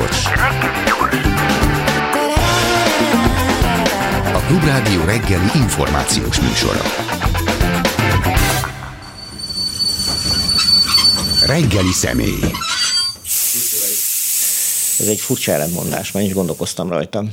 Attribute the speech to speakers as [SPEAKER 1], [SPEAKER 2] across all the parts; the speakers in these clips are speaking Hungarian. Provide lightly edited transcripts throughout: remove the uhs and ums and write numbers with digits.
[SPEAKER 1] gyors. A Klubrádió reggeli információs műsora. Reggeli személy.
[SPEAKER 2] Ez egy furcsa ellentmondás, már is gondolkoztam rajta.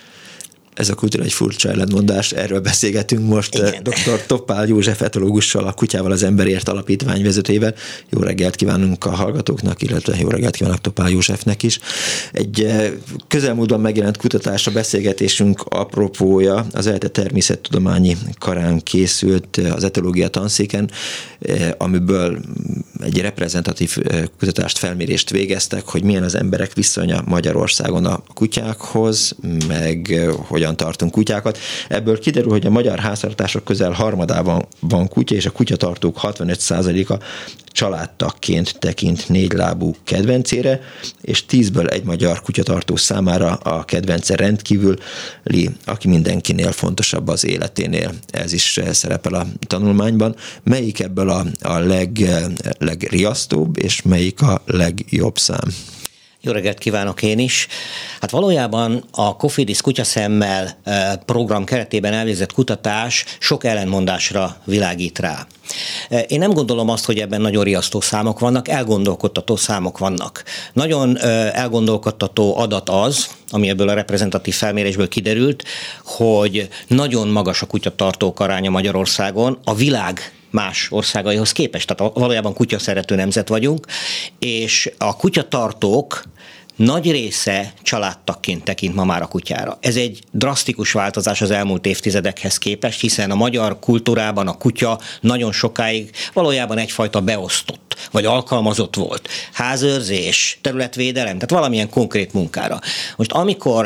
[SPEAKER 3] Ez a kultúra egy furcsa ellentmondás, erről beszélgetünk most. Igen. Dr. Topál József etológussal, a Kutyával az Emberért Alapítvány vezetőjével. Jó reggelt kívánunk a hallgatóknak, illetve jó reggelt kívánok Topál Józsefnek is. Egy közelmúltban megjelent kutatás, a beszélgetésünk apropója, az ELTE természettudományi karán készült az etológia tanszéken, amiből egy reprezentatív kutatást, felmérést végeztek, hogy milyen az emberek viszonya Magyarországon a kutyákhoz, meg hogyan tartunk kutyákat. Ebből kiderül, hogy a magyar háztartások közel harmadában van kutya, és a kutyatartók 65%-a családtagként tekint négylábú kedvencére, és 10-ből egy magyar kutyatartó számára a kedvence rendkívüli, aki mindenkinél fontosabb az életénél. Ez is szerepel a tanulmányban. Melyik ebből a legriasztóbb, és melyik a legjobb szám?
[SPEAKER 2] Jó reggelt kívánok én is. Hát valójában a Cofidis kutyaszemmel program keretében elvégzett kutatás sok ellentmondásra világít rá. Én nem gondolom azt, hogy ebben nagyon riasztó számok vannak, elgondolkodtató számok vannak. Nagyon elgondolkodtató adat az, ami ebből a reprezentatív felmérésből kiderült, hogy nagyon magas a kutyatartók aránya Magyarországon, a világ más országaihoz képest. Tehát valójában kutyaszerető nemzet vagyunk, és a kutyatartók nagy része családtagként tekint ma már a kutyára. Ez egy drasztikus változás az elmúlt évtizedekhez képest, hiszen a magyar kultúrában a kutya nagyon sokáig valójában egyfajta beosztott, vagy alkalmazott volt. Házőrzés, területvédelem, tehát valamilyen konkrét munkára. Most amikor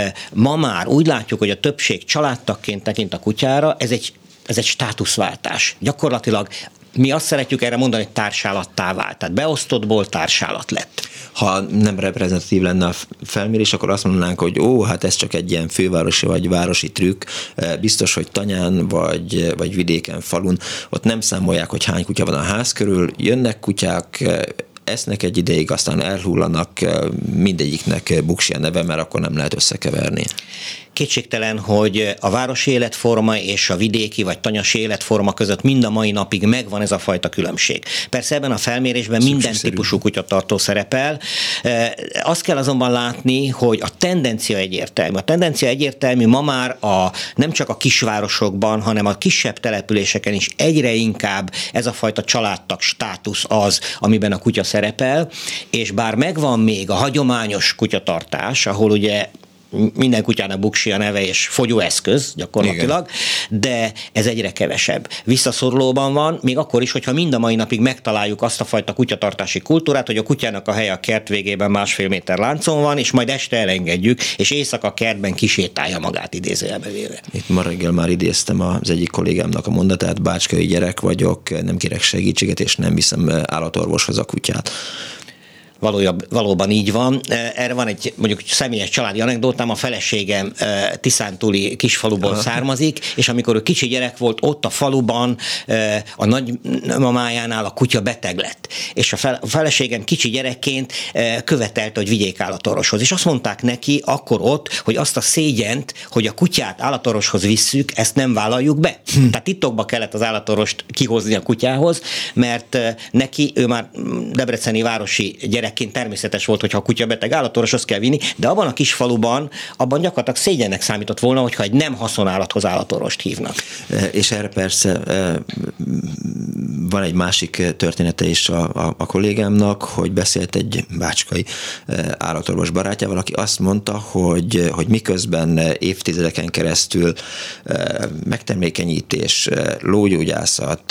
[SPEAKER 2] ma már úgy látjuk, hogy a többség családtagként tekint a kutyára, ez egy státuszváltás. Gyakorlatilag mi azt szeretjük erre mondani, hogy társállattá vált. Tehát beosztottból társallat lett.
[SPEAKER 3] Ha nem reprezentatív lenne a felmérés, akkor azt mondanánk, hogy hát ez csak egy ilyen fővárosi vagy városi trükk. Biztos, hogy tanyán vagy vidéken, falun, ott nem számolják, hogy hány kutya van a ház körül, jönnek kutyák, esznek egy ideig, aztán elhullanak, mindegyiknek buksi a neve, mert akkor nem lehet összekeverni.
[SPEAKER 2] Kétségtelen, hogy a városi életforma és a vidéki vagy tanyasi életforma között mind a mai napig megvan ez a fajta különbség. Persze ebben a felmérésben minden típusú kutyatartó szerepel. Azt kell azonban látni, hogy a tendencia egyértelmű. A tendencia egyértelmű ma már nem csak a kisvárosokban, hanem a kisebb településeken is egyre inkább ez a fajta családtag státusz az, amiben a kutya szerepel, és bár megvan még a hagyományos kutyatartás, ahol ugye minden kutyának buksi a neve és fogyóeszköz gyakorlatilag, igen, de ez egyre kevesebb. Visszaszorulóban van, még akkor is, hogyha mind a mai napig megtaláljuk azt a fajta kutyatartási kultúrát, hogy a kutyának a helye a kert végében 1,5 méter láncon van, és majd este elengedjük, és éjszaka kertben kisétálja magát, idézőjelbe véve.
[SPEAKER 3] Itt ma reggel már idéztem az egyik kollégámnak a mondatát, bácskai gyerek vagyok, nem kérek segítséget, és nem viszem állatorvoshoz a kutyát.
[SPEAKER 2] Valóban így van. Erre van egy mondjuk személyes családi anekdótám, a feleségem Tiszántúli kisfaluból származik, és amikor ő kicsi gyerek volt, ott a faluban a nagymamájánál a kutya beteg lett. És a feleségem kicsi gyerekként követelte, hogy vigyék állatorvoshoz. És azt mondták neki akkor ott, hogy azt a szégyent, hogy a kutyát állatorvoshoz visszük, ezt nem vállaljuk be. Tehát titokba kellett az állatorvost kihozni a kutyához, mert neki, ő már debreceni városi gyerekként természetes volt, hogyha a kutya beteg, állatorvoshoz kell vinni, de abban a kis faluban, abban gyakorlatilag szégyennek számított volna, hogyha egy nem haszonállathoz állatorvost hívnak.
[SPEAKER 3] És erre persze van egy másik története is a kollégámnak, hogy beszélt egy bácskai állatorvos barátjával, aki azt mondta, hogy miközben évtizedeken keresztül megtermékenyítés, lógyógyászat,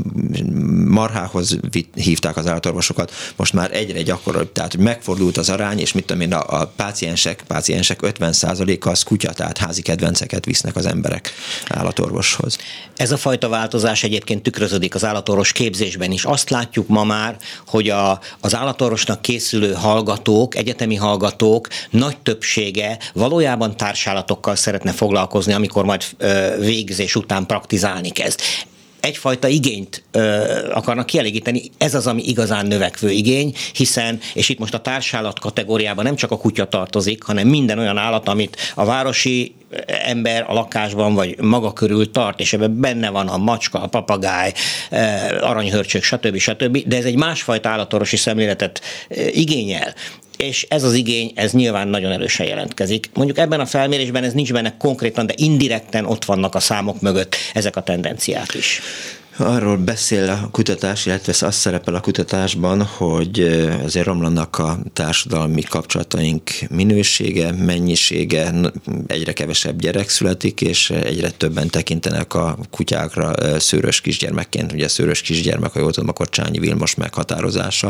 [SPEAKER 3] marhához hívták az állatorvosokat, most már egyre gyakoribb, tehát hogy megfordult az arány, és mit tudom én, a páciensek 50%-a az kutya, tehát házi kedvenceket visznek az emberek állatorvoshoz.
[SPEAKER 2] Ez a fajta változás egyébként tükröződik az állatorvos képzésben is. Azt látjuk ma már, hogy az állatorvosnak készülő hallgatók, egyetemi hallgatók nagy többsége valójában társállatokkal szeretne foglalkozni, amikor majd végzés után praktizálni kezd. egyfajta igényt akarnak kielégíteni. Ez az, ami igazán növekvő igény, hiszen, és itt most a társállat kategóriában nem csak a kutya tartozik, hanem minden olyan állat, amit a városi ember a lakásban vagy maga körül tart, és ebben benne van a macska, a papagáj, aranyhörcsög, stb. De ez egy másfajta állatorvosi szemléletet igényel. És ez az igény, ez nyilván nagyon erősen jelentkezik. Mondjuk ebben a felmérésben ez nincs benne konkrétan, de indirekten ott vannak a számok mögött ezek a tendenciák is.
[SPEAKER 3] Arról beszél a kutatás, illetve az szerepel a kutatásban, hogy azért romlanak a társadalmi kapcsolataink minősége, mennyisége, egyre kevesebb gyerek születik, és egyre többen tekintenek a kutyákra szőrös kisgyermekként. Ugye a szőrös kisgyermek, ha jól tudom, akkor Csányi Vilmos meghatározása.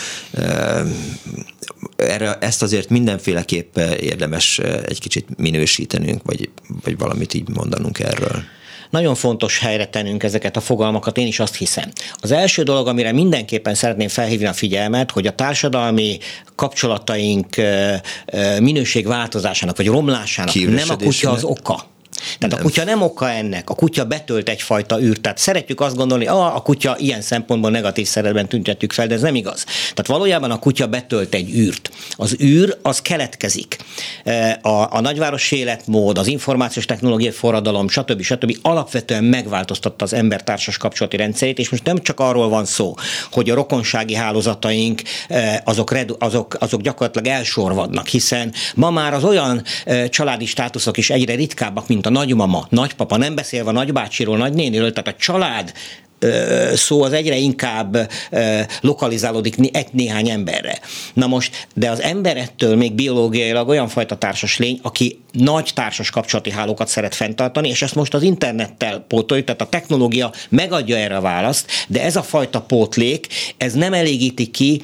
[SPEAKER 3] Ezt azért mindenféleképp érdemes egy kicsit minősítenünk, vagy valamit így mondanunk erről.
[SPEAKER 2] Nagyon fontos helyre tennünk ezeket a fogalmakat, én is azt hiszem. Az első dolog, amire mindenképpen szeretném felhívni a figyelmet, hogy a társadalmi kapcsolataink minőségváltozásának, vagy romlásának nem a kutya az oka. Tehát a kutya nem oka ennek, a kutya betölt egyfajta űrt. Tehát szeretjük azt gondolni, a kutya ilyen szempontból negatív szerepben tüntetjük fel, de ez nem igaz. Tehát valójában a kutya betölt egy űrt. Az űr, az keletkezik. A nagyvárosi életmód, az információs technológiai forradalom, stb. Alapvetően megváltoztatta az ember társas kapcsolati rendszerét, és most nem csak arról van szó, hogy a rokonsági hálózataink azok gyakorlatilag elsorvadnak, hiszen ma már az olyan családi státuszok is egyre ritkábbak, mint a nagymama, nagypapa, nem beszélve a nagybácsiról, nagynéniről, tehát a család szó az egyre inkább lokalizálódik néhány emberre. Na most, de az ember ettől még biológiailag olyan fajta társas lény, aki nagy társas kapcsolati hálókat szeret fenntartani, és ezt most az internettel pótoljuk, tehát a technológia megadja erre a választ, de ez a fajta pótlék, ez nem elégíti ki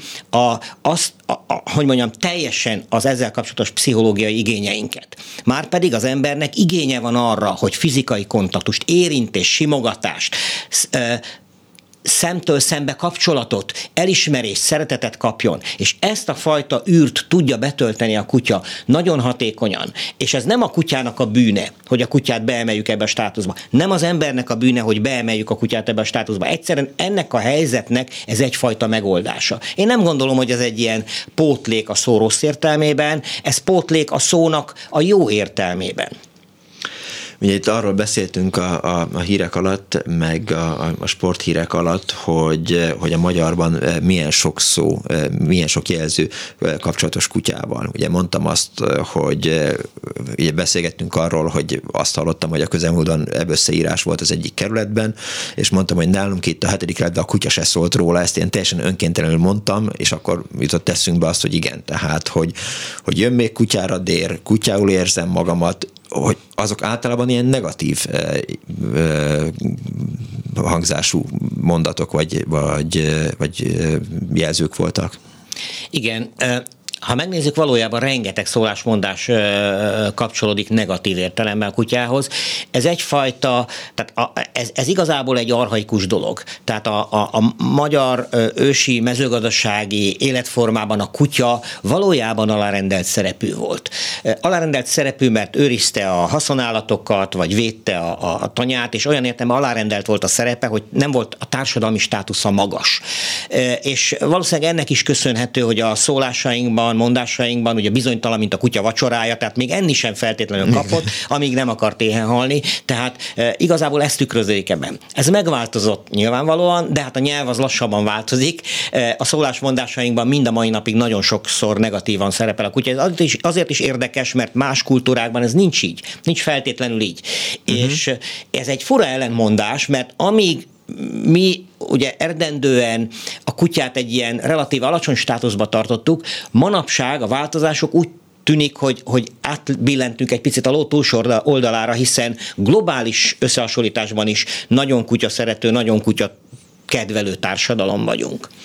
[SPEAKER 2] teljesen az ezzel kapcsolatos pszichológiai igényeinket. Márpedig az embernek igénye van arra, hogy fizikai kontaktust, érintés, simogatást, szemtől szembe kapcsolatot, elismerést, szeretetet kapjon, és ezt a fajta űrt tudja betölteni a kutya nagyon hatékonyan, és ez nem a kutyának a bűne, hogy a kutyát beemeljük ebbe a státuszba, nem az embernek a bűne, hogy beemeljük a kutyát ebbe a státuszba, egyszerűen ennek a helyzetnek ez egyfajta megoldása. Én nem gondolom, hogy ez egy ilyen pótlék a szó rossz értelmében, ez pótlék a szónak a jó értelmében.
[SPEAKER 3] Ugye itt arról beszéltünk a hírek alatt, meg a sporthírek alatt, hogy a magyarban milyen sok szó, milyen sok jelző kapcsolatos kutyával. Ugye mondtam azt, hogy ugye beszélgettünk arról, hogy azt hallottam, hogy a közelmúltban összeírás volt az egyik kerületben, és mondtam, hogy nálunk itt a 7. kerületben a kutya se szólt róla, ezt én teljesen önkéntelenül mondtam, és akkor jutott eszünkbe azt, hogy igen, tehát, hogy jön még kutyára dér, kutyául érzem magamat, hogy azok általában ilyen negatív hangzású mondatok vagy jelzők voltak.
[SPEAKER 2] Igen, ha megnézzük, valójában rengeteg szólásmondás kapcsolódik negatív értelemben a kutyához. Ez egyfajta, tehát ez igazából egy archaikus dolog. Tehát a magyar ősi mezőgazdasági életformában a kutya valójában alárendelt szerepű volt. Alárendelt szerepű, mert őrizte a haszonállatokat, vagy védte a tanyát, és olyan értelemben alárendelt volt a szerepe, hogy nem volt a társadalmi státusza magas. És valószínűleg ennek is köszönhető, hogy a szólásainkban, mondásainkban, ugye bizonytalan, mint a kutya vacsorája, tehát még enni sem feltétlenül kapott, amíg nem akart éhen halni, tehát igazából ezt tükröződik ebben. Ez megváltozott nyilvánvalóan, de hát a nyelv az lassabban változik. A szólásmondásainkban mind a mai napig nagyon sokszor negatívan szerepel a kutya. Ez azért is érdekes, mert más kultúrákban ez nincs így. Nincs feltétlenül így. És ez egy fura ellentmondás, mert amíg mi ugye eredendően a kutyát egy ilyen relatív alacsony státuszba tartottuk, manapság a változások úgy tűnik, hogy átbillentünk egy picit a ló túlsó oldalára, hiszen globális összehasonlításban is nagyon kutya szerető, nagyon kutya kedvelő társadalom vagyunk.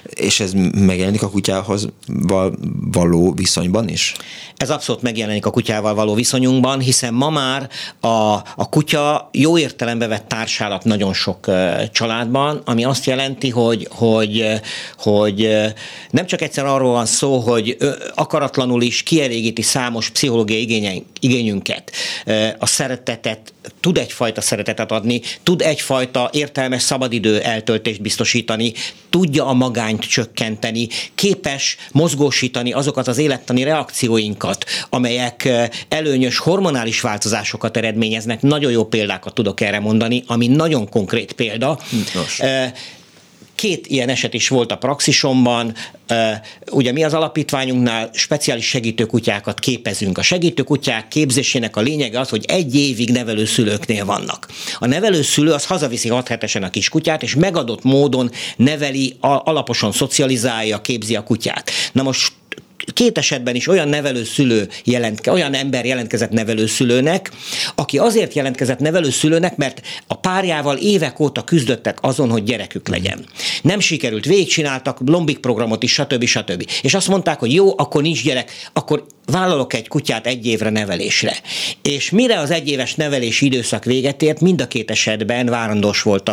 [SPEAKER 3] És ez megjelenik a kutyához való viszonyban is?
[SPEAKER 2] Ez abszolút megjelenik a kutyával való viszonyunkban, hiszen ma már a kutya jó értelembe vett társállat nagyon sok családban, ami azt jelenti, hogy nem csak egyszer arról van szó, hogy akaratlanul is kielégíti számos pszichológiai igényünket, a szeretetet, tud egyfajta szeretetet adni, tud egyfajta értelmes szabadidő eltöltést biztosítani, tudja a magányt csökkenteni, képes mozgósítani azokat az élettani reakcióinkat, amelyek előnyös hormonális változásokat eredményeznek. Nagyon jó példákat tudok erre mondani, ami nagyon konkrét példa. Nos. 2 ilyen eset is volt a praxisomban. Ugye mi az alapítványunknál speciális segítőkutyákat képezünk. A segítőkutyák képzésének a lényege az, hogy 1 évig nevelőszülőknél vannak. A nevelőszülő az hazaviszi 6 hetesen a kiskutyát, és megadott módon neveli, alaposan szocializálja, képzi a kutyát. Na most 2 esetben is olyan olyan ember jelentkezett nevelőszülőnek, aki azért jelentkezett nevelőszülőnek, mert a párjával évek óta küzdöttek azon, hogy gyerekük legyen. Nem sikerült, végigcsináltak Lombik programot is, stb. És azt mondták, hogy jó, akkor nincs gyerek, akkor vállalok egy kutyát 1 évre nevelésre. És mire az 1 éves nevelési időszak véget ért, mind a 2 esetben várandós volt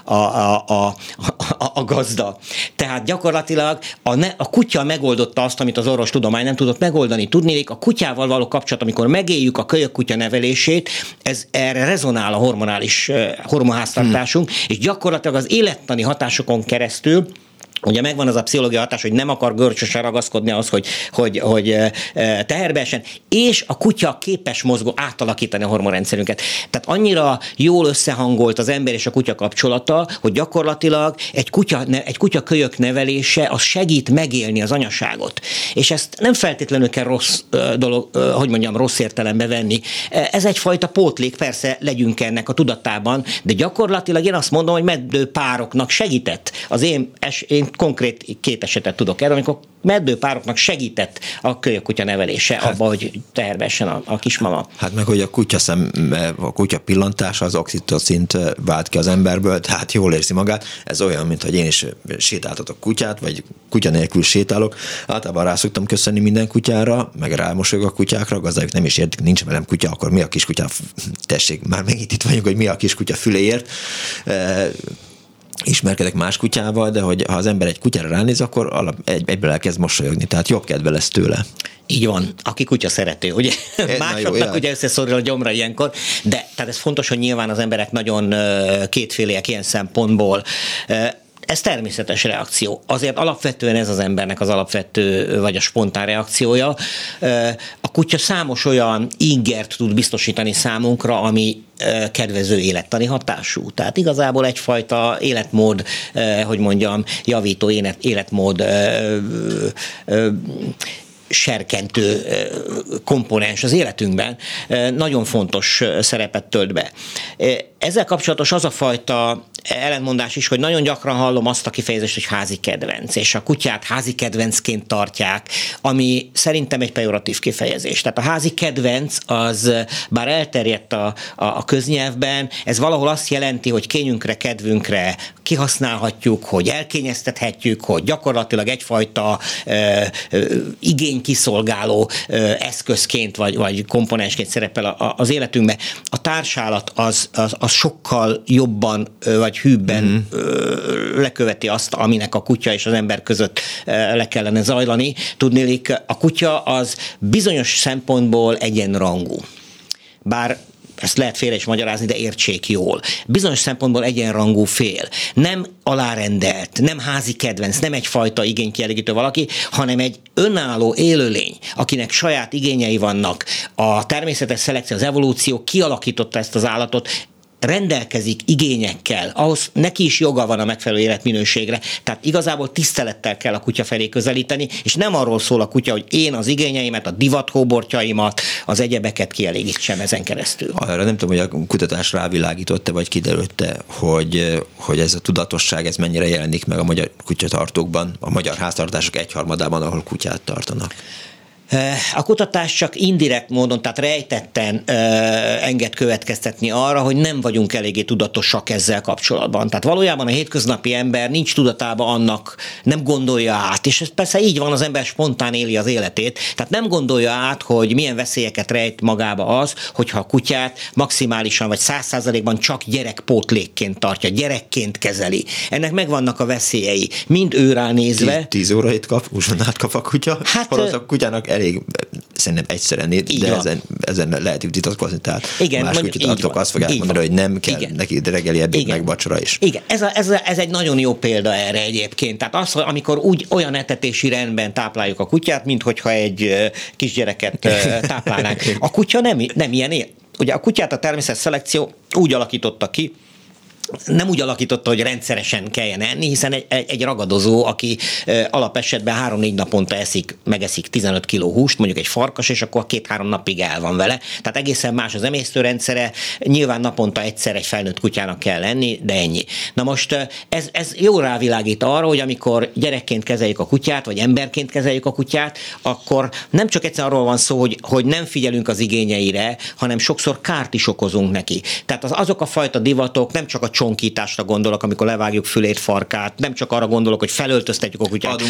[SPEAKER 2] a gazda. Tehát gyakorlatilag a kutya megoldotta azt, amit az orvostudomány nem tudott megoldani. Tudnélik, a kutyával való kapcsolat, amikor megéljük a kölyökkutya nevelését, erre rezonál a hormonháztartásunk, és gyakorlatilag az élettani hatásokon keresztül, ugye megvan az a pszichológiai hatás, hogy nem akar görcsösen ragaszkodni ahhoz, hogy teherbe essen, és a kutya képes átalakítani a hormonrendszerünket. Tehát annyira jól összehangolt az ember és a kutya kapcsolata, hogy gyakorlatilag egy kutya kölyök nevelése az segít megélni az anyaságot. És ezt nem feltétlenül kell rossz értelembe venni. Ez egyfajta pótlék, persze legyünk ennek a tudatában, de gyakorlatilag én azt mondom, hogy meddőpároknak segített. Az én konkrét 2 esetet tudok erről, amikor meddőpároknak segített a kölyökkutya nevelése abban, hogy teherbe essen a kismama.
[SPEAKER 3] Hát meg, hogy a kutya pillantása az oxitocint vált ki az emberből, tehát jól érzi magát. Ez olyan, mint hogy én is sétáltatok kutyát, vagy kutya nélkül sétálok. Általában rá szoktam köszönni minden kutyára, meg rámosolyog a kutyákra, a gazdájuk nem is értik, nincs velem kutya, akkor mi a kiskutya? Tessék, már megint itt vagyunk, hogy mi a kiskutya füléért. Ismerkedek más kutyával, de hogy ha az ember egy kutyára ránéz, akkor egyből elkezd mosolyogni, tehát jobb kedve lesz tőle.
[SPEAKER 2] Így van, aki kutya szerető, ugye? Másoknak ugye összeszorul a gyomra ilyenkor, de tehát ez fontos, hogy nyilván az emberek nagyon kétféléek ilyen szempontból. Ez természetes reakció. Azért alapvetően ez az embernek az alapvető, vagy a spontán reakciója. A kutya számos olyan ingert tud biztosítani számunkra, ami kedvező élettani hatású. Tehát igazából egyfajta életmód, javító életmód serkentő komponens az életünkben nagyon fontos szerepet tölt be. Ezzel kapcsolatos az a fajta ellentmondás is, hogy nagyon gyakran hallom azt a kifejezést, hogy házi kedvenc, és a kutyát házi kedvencként tartják, ami szerintem egy pejoratív kifejezés. Tehát a házi kedvenc az, bár elterjedt a köznyelvben, ez valahol azt jelenti, hogy kényünkre, kedvünkre kihasználhatjuk, hogy elkényeztethetjük, hogy gyakorlatilag egyfajta igénykiszolgáló eszközként vagy komponensként szerepel az életünkben. A társállat az sokkal jobban vagy hűbben leköveti azt, aminek a kutya és az ember között le kellene zajlani. Tudnélik, a kutya az bizonyos szempontból egyenrangú. Bár ezt lehet félre is magyarázni, de értsék jól. Bizonyos szempontból egyenrangú fél. Nem alárendelt, nem házi kedvenc, nem egyfajta igénykielégítő valaki, hanem egy önálló élőlény, akinek saját igényei vannak. A természetes szelekció, az evolúció kialakította ezt az állatot, rendelkezik igényekkel, ahhoz neki is joga van a megfelelő életminőségre, tehát igazából tisztelettel kell a kutya felé közelíteni, és nem arról szól a kutya, hogy én az igényeimet, a divathóbortjaimat, az egyebeket kielégítsem ezen keresztül.
[SPEAKER 3] Arra nem tudom, hogy a kutatás rávilágított-e, vagy kiderült-e, hogy ez a tudatosság, ez mennyire jelenik meg a magyar kutyatartókban, a magyar háztartások 1/3-ában, ahol kutyát tartanak.
[SPEAKER 2] A kutatás csak indirekt módon, tehát rejtetten enged következtetni arra, hogy nem vagyunk eléggé tudatosak ezzel kapcsolatban. Tehát valójában a hétköznapi ember nincs tudatában annak, nem gondolja át, és ez persze így van, az ember spontán éli az életét, tehát nem gondolja át, hogy milyen veszélyeket rejt magába az, hogyha a kutyát maximálisan vagy 100%-ban csak gyerekpótlékként tartja, gyerekként kezeli. Ennek megvannak a veszélyei, mind őrá nézve.
[SPEAKER 3] 10 órait kap, uzsonnát kap a kutya, holott a kutyának elég szerintem egyszer enni, de ezen lehet vitatkozni, tehát
[SPEAKER 2] igen,
[SPEAKER 3] más kutyutartók azt fogják mondani, hogy nem kell neki reggeli, ebéd, meg vacsora is.
[SPEAKER 2] Igen, ez egy nagyon jó példa erre egyébként. Tehát az, amikor olyan etetési rendben tápláljuk a kutyát, mint hogyha egy kisgyereket táplálnánk. A kutya nem ilyen él. Ugye a kutyát a természetszelekció úgy alakította ki, nem úgy alakította, hogy rendszeresen kelljen enni, hiszen egy ragadozó, aki alapesetben 3-4 naponta megeszik 15 kg húst, mondjuk egy farkas, és akkor 2-3 napig el van vele. Tehát egészen más az emésztőrendszere, nyilván naponta egyszer egy felnőtt kutyának kell lenni, de ennyi. Na most ez jól rávilágít arra, hogy amikor gyerekként kezeljük a kutyát, vagy emberként kezeljük a kutyát, akkor nem csak egyszerűen arról van szó, hogy nem figyelünk az igényeire, hanem sokszor kárt is okozunk neki. Tehát azok a fajta divatok, nem csak a csonkításra gondolok, amikor levágjuk fülét, farkát, nem csak arra gondolok, hogy felöltöztetjük a kutyát,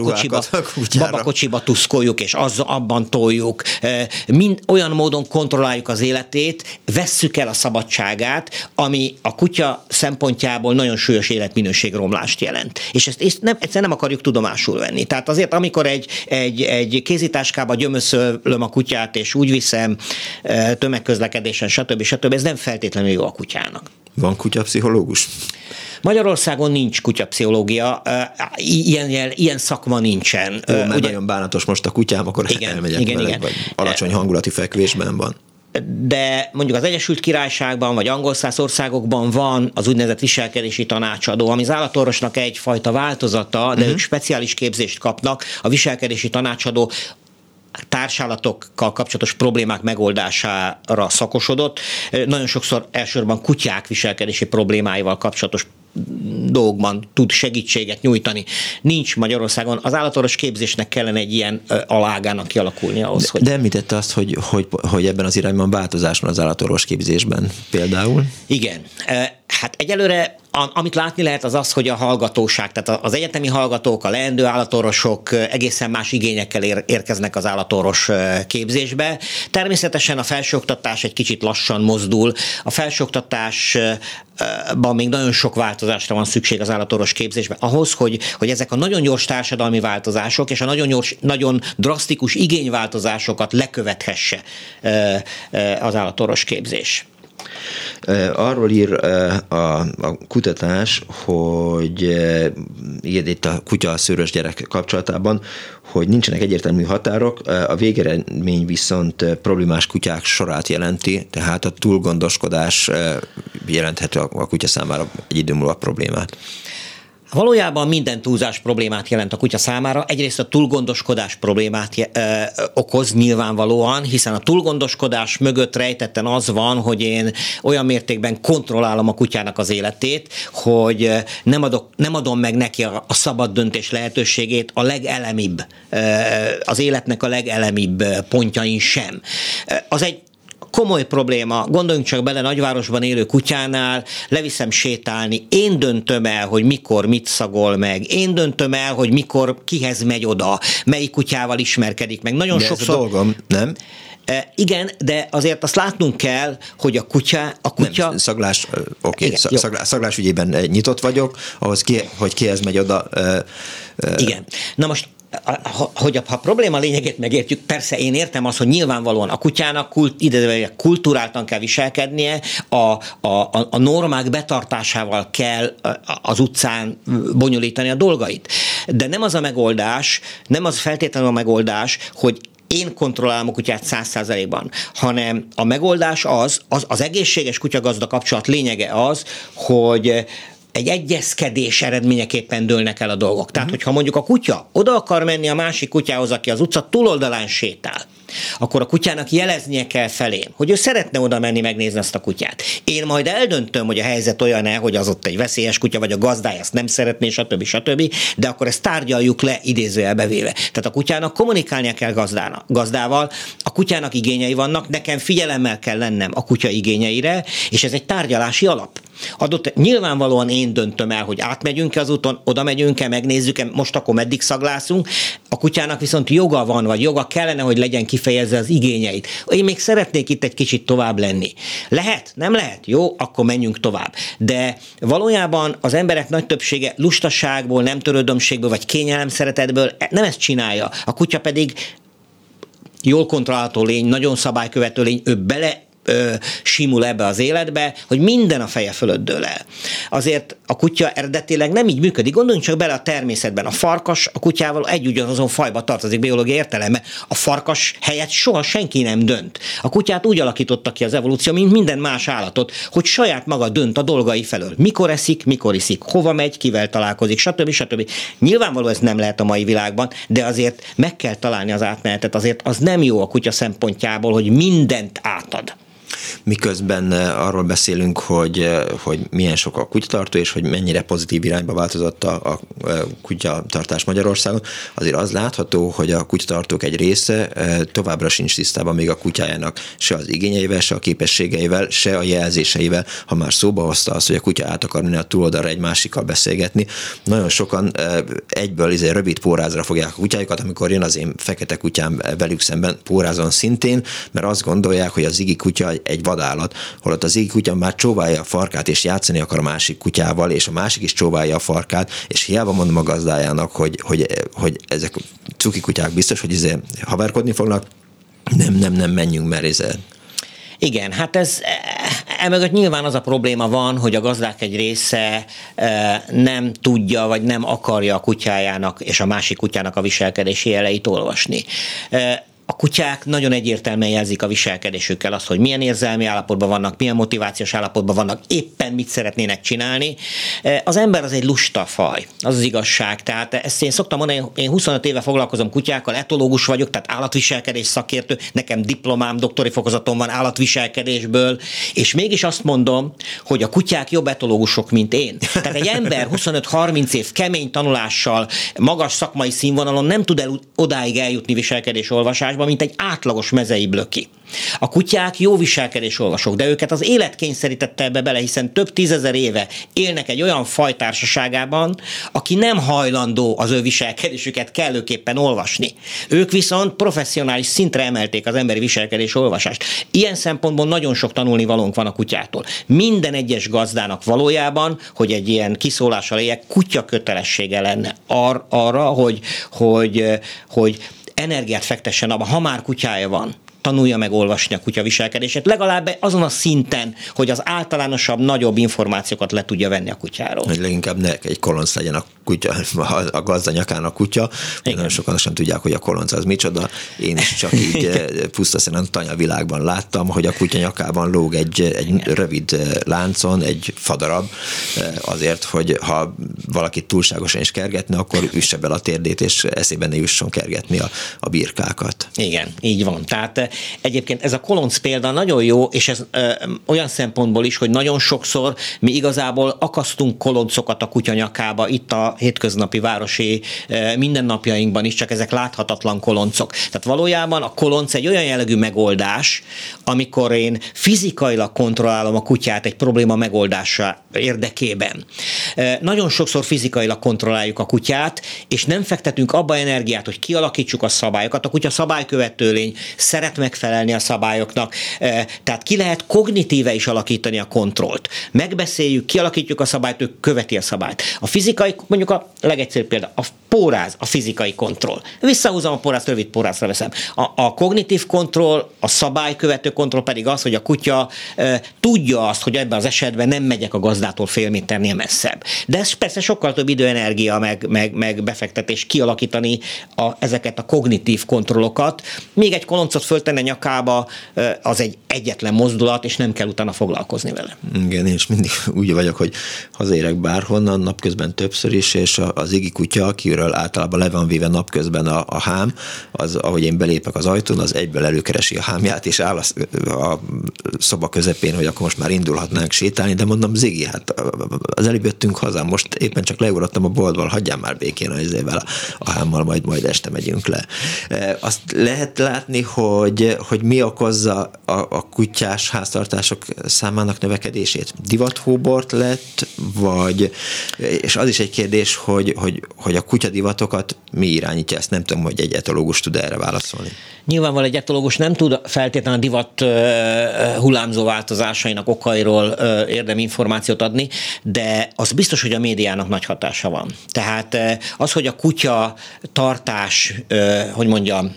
[SPEAKER 2] babakocsiba tuszkoljuk, és abban toljuk. Olyan módon kontrolláljuk az életét, vesszük el a szabadságát, ami a kutya szempontjából nagyon súlyos életminőségromlást jelent. És ezt egyszerűen nem akarjuk tudomásul venni. Tehát azért, amikor egy kézitáskába gyömöszölöm a kutyát, és úgy viszem tömegközlekedésen, stb., ez nem feltétlenül jó a kutyának.
[SPEAKER 3] Van kutyapszichológus?
[SPEAKER 2] Magyarországon nincs kutyapszichológia, ilyen szakma nincsen.
[SPEAKER 3] Jó, mert nagyon bánatos most a kutyám, akkor elmegyek vele, vagy alacsony hangulati fekvésben van.
[SPEAKER 2] De mondjuk az Egyesült Királyságban, vagy angolszász országokban van az úgynevezett viselkedési tanácsadó, ami az állatorvosnak egyfajta változata, de ők speciális képzést kapnak. A viselkedési tanácsadó társállatokkal kapcsolatos problémák megoldására szakosodott. Nagyon sokszor elsősorban kutyák viselkedési problémáival kapcsolatos dolgokban tud segítséget nyújtani. Nincs Magyarországon. Az állatorvos képzésnek kellene egy ilyen alágának kialakulni ahhoz, hogy...
[SPEAKER 3] De említette azt, hogy ebben az irányban változás van az állatorvos képzésben például?
[SPEAKER 2] Igen. Hát egyelőre amit látni lehet az, hogy a hallgatóság, tehát az egyetemi hallgatók, a leendő állatorvosok egészen más igényekkel érkeznek az állatorvos képzésbe. Természetesen a felsőoktatás egy kicsit lassan mozdul. A felsőoktatásban még nagyon sok változásra van szükség az állatorvos képzésben. Ahhoz, hogy ezek a nagyon gyors társadalmi változások és a nagyon drasztikus igényváltozásokat lekövethesse az állatorvos képzés.
[SPEAKER 3] Arról ír a kutatás, hogy itt a kutya-szőrös gyerek kapcsolatában, hogy nincsenek egyértelmű határok, a végeredmény viszont problémás kutyák sorát jelenti, tehát a túlgondoskodás jelenthető a kutya számára egy idő múlva problémát.
[SPEAKER 2] Valójában minden túlzás problémát jelent a kutya számára. Egyrészt a túlgondoskodás problémát okoz nyilvánvalóan, hiszen a túlgondoskodás mögött rejtetten az van, hogy én olyan mértékben kontrollálom a kutyának az életét, hogy nem adom meg neki a szabad döntés lehetőségét a legelemibb, az életnek a legelemibb pontjain sem. Az egy komoly probléma, gondoljunk csak bele, nagyvárosban élő kutyánál, leviszem sétálni, én döntöm el, hogy mikor mit szagol meg, én döntöm el, hogy mikor kihez megy oda, melyik kutyával ismerkedik meg. Nagyon
[SPEAKER 3] de
[SPEAKER 2] sokszor...
[SPEAKER 3] ez a dolgom, nem?
[SPEAKER 2] Igen, de azért azt látnunk kell, hogy a kutya...
[SPEAKER 3] Nem, szaglás ügyében nyitott vagyok, ahhoz hogy kihez megy oda.
[SPEAKER 2] Igen. Na most hogy ha a probléma lényegét megértjük, persze én értem azt, hogy nyilvánvalóan a kutyának kulturáltan kell viselkednie, a normák betartásával kell az utcán bonyolítani a dolgait. De nem az a megoldás, nem az feltétlenül a megoldás, hogy én kontrollálom a kutyát 100%-ban, hanem a megoldás az egészséges kutyagazda kapcsolat lényege az, hogy egy egyezkedés eredményeképpen dőlnek el a dolgok. Tehát, hogyha mondjuk a kutya oda akar menni a másik kutyához, aki az utca túloldalán sétál, akkor a kutyának jeleznie kell felém, hogy ő szeretne oda menni megnézni azt a kutyát. Én majd eldöntöm, hogy a helyzet olyan-e, hogy az ott egy veszélyes kutya, vagy a gazdája ezt nem szeretné, stb. De akkor ezt tárgyaljuk le idézőjelbe véve. Tehát a kutyának kommunikálnia kell gazdával, a kutyának igényei vannak, nekem figyelemmel kell lennem a kutya igényeire, és ez egy tárgyalási alap. Nyilvánvalóan én döntöm el, hogy átmegyünk-e az úton, oda megyünk-e, megnézzük-e, most akkor meddig szaglászunk. A kutyának viszont joga van, vagy joga kellene, hogy legyen kifejezve az igényeit. Én még szeretnék itt egy kicsit tovább lenni. Lehet? Nem lehet? Jó, akkor menjünk tovább. De valójában az emberek nagy többsége lustaságból, nem törődömségből, vagy kényelemszeretetből nem ezt csinálja. A kutya pedig jól kontrollálható lény, nagyon szabálykövető lény, ő simul ebbe az életbe, hogy minden a feje fölött dől el. Azért a kutya eredetileg nem így működik. Gondoljunk csak bele a természetben. A farkas a kutyával ugyanazon fajba tartozik biológiai értelemben. A farkas helyett soha senki nem dönt. A kutyát úgy alakította ki az evolúció, mint minden más állatot, hogy saját maga dönt a dolgai felől. Mikor eszik, mikor iszik, hova megy, kivel találkozik, stb. Nyilvánvaló ez nem lehet a mai világban, de azért meg kell találni az átmenetet. Azért az nem jó a kutya szempontjából, hogy mindent átad.
[SPEAKER 3] Miközben arról beszélünk, hogy milyen sok a kutyatartó, és hogy mennyire pozitív irányba változott a kutyatartás Magyarországon, azért az látható, hogy a kutyatartók egy része továbbra sincs tisztában még a kutyájának se az igényeivel, se a képességeivel, se a jelzéseivel. Ha már szóba hozta azt, hogy a kutya át akar menni a túloldalra egy másikkal beszélgetni, nagyon sokan egyből rövid pórázra fogják a kutyájukat, amikor jön az én fekete kutyám velük szemben pórázon szintén, mert azt gondolják, hogy az igi kutya egy vadállat, holott az igi kutya már csóválja a farkát, és játszani akar a másik kutyával, és a másik is csóválja a farkát, és hiába mondom a gazdájának, hogy ezek cuki kutyák biztos, hogy haverkodni fognak, nem menjünk, mert
[SPEAKER 2] Igen, hát emögött nyilván az a probléma van, hogy a gazdák egy része nem tudja, vagy nem akarja a kutyájának és a másik kutyának a viselkedési jeleit olvasni. A kutyák nagyon egyértelműen jelzik a viselkedésükkel azt, hogy milyen érzelmi állapotban vannak, milyen motivációs állapotban vannak, éppen mit szeretnének csinálni. Az ember az egy lusta faj, az az igazság. Tehát ezt én szoktam mondani, én 25 éve foglalkozom kutyákkal, etológus vagyok, tehát állatviselkedés szakértő, nekem diplomám, doktori fokozatom van állatviselkedésből, és mégis azt mondom, hogy a kutyák jobb etológusok, mint én. Tehát egy ember 25-30 év kemény tanulással, magas szakmai színvonalon nem tud odáig eljutni viselkedésolvasásba, mint egy átlagos mezei blöki. A kutyák jó viselkedésolvasók, de őket az élet kényszerítette ebbe bele, hiszen több tízezer éve élnek egy olyan fajtársaságában, aki nem hajlandó az ő viselkedésüket kellőképpen olvasni. Ők viszont professzionális szintre emelték az emberi viselkedésolvasást. Ilyen szempontból nagyon sok tanulnivalónk van a kutyától. Minden egyes gazdának valójában, hogy egy ilyen kiszólással éljek, kutya kötelessége lenne arra, hogy energiát fektessen abba, ha már kutyája van, tanulja meg olvasni a kutya viselkedését, legalább azon a szinten, hogy az általánosabb, nagyobb információkat le tudja venni a kutyáról.
[SPEAKER 3] Hogy leginkább ne egy kolonc legyen a kutya, a gazda nyakán a kutya, nagyon sokan sem tudják, hogy a kolonc az micsoda. Én is csak így pusztaszínen tanyavilágban láttam, hogy a kutya nyakában lóg egy rövid láncon, egy fadarab, azért, hogy ha valaki túlságosan is kergetne, akkor üsse bele a térdét, és eszében ne jusson kergetni a birkákat.
[SPEAKER 2] Igen, így van. Tehát egyébként ez a kolonc példa nagyon jó, és ez olyan szempontból is, hogy nagyon sokszor mi igazából akasztunk koloncokat a kutya nyakába, itt a hétköznapi városi mindennapjainkban is, csak ezek láthatatlan koloncok. Tehát valójában a kolonc egy olyan jellegű megoldás, amikor én fizikailag kontrollálom a kutyát egy probléma megoldása érdekében. Nagyon sokszor fizikailag kontrolláljuk a kutyát, és nem fektetünk abba energiát, hogy kialakítsuk a szabályokat. A kutya szabálykövető lény, szeret megfelelni a szabályoknak, tehát ki lehet kognitíve is alakítani a kontrollt. Megbeszéljük, kialakítjuk a szabályt, ő követi a szabályt. A fizikai, mondjuk a legegyszerűbb példa, a póráz, a fizikai kontroll. Visszahúzom a pórázt, rövid pórázra veszem. A kognitív kontroll, a szabálykövető kontroll pedig az, hogy a kutya tudja azt, hogy ebben az esetben nem megyek a gazdától fél méternél messzebb. De ez persze sokkal több időenergia, meg befektetés kialakítani ezeket a kognitív kontrollokat. Még egy koloncot fölteszünk föltenni a nyakába, az egy egyetlen mozdulat, és nem kell utána foglalkozni vele.
[SPEAKER 3] Igen, és mindig úgy vagyok, hogy hazaérek bárhonnan, napközben többször is, és az Igi kutya, akiről általában le van véve napközben a hám, az, ahogy én belépek az ajtón, az egyből előkeresi a hámját, és áll a szoba közepén, hogy akkor most már indulhatnánk sétálni, de mondom, Zigi, hát az előbb jöttünk haza, most éppen csak leugrottam a boltból, hagyjál már békén a hámmal, majd este megyünk le. Azt lehet látni, hogy mi okozza a kutyás háztartások számának növekedését? Divathóbort lett, és az is egy kérdés, hogy a kutyadivatokat mi irányítja, ezt nem tudom, hogy egy etológus tud erre válaszolni.
[SPEAKER 2] Nyilvánvalóan egy etológus nem tud feltétlenül a divat hullámzó változásainak okairól érdemi információt adni, de az biztos, hogy a médiának nagy hatása van. Tehát az, hogy a kutya tartás, hogy mondjam,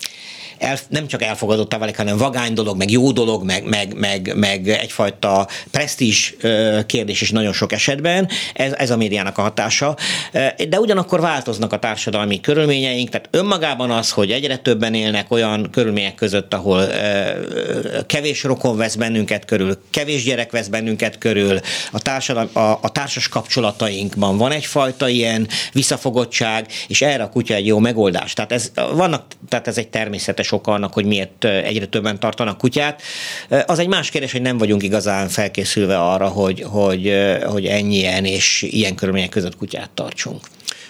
[SPEAKER 2] nem csak elfogadottá válik, hanem vagány dolog, meg jó dolog, meg egyfajta presztízs kérdés is nagyon sok esetben. Ez a médiának a hatása. De ugyanakkor változnak a társadalmi körülményeink, tehát önmagában az, hogy egyre többen élnek olyan körülmények között, ahol kevés rokon vesz bennünket körül, kevés gyerek vesz bennünket körül, a társas kapcsolatainkban van egyfajta ilyen visszafogottság, és erre a kutya egy jó megoldás. Tehát ez egy természetes oka annak, hogy miért egyre többen tartanak kutyát. Az egy más kérdés, hogy nem vagyunk igazán felkészülve arra, hogy ennyien és ilyen körülmények között kutyát tartsunk.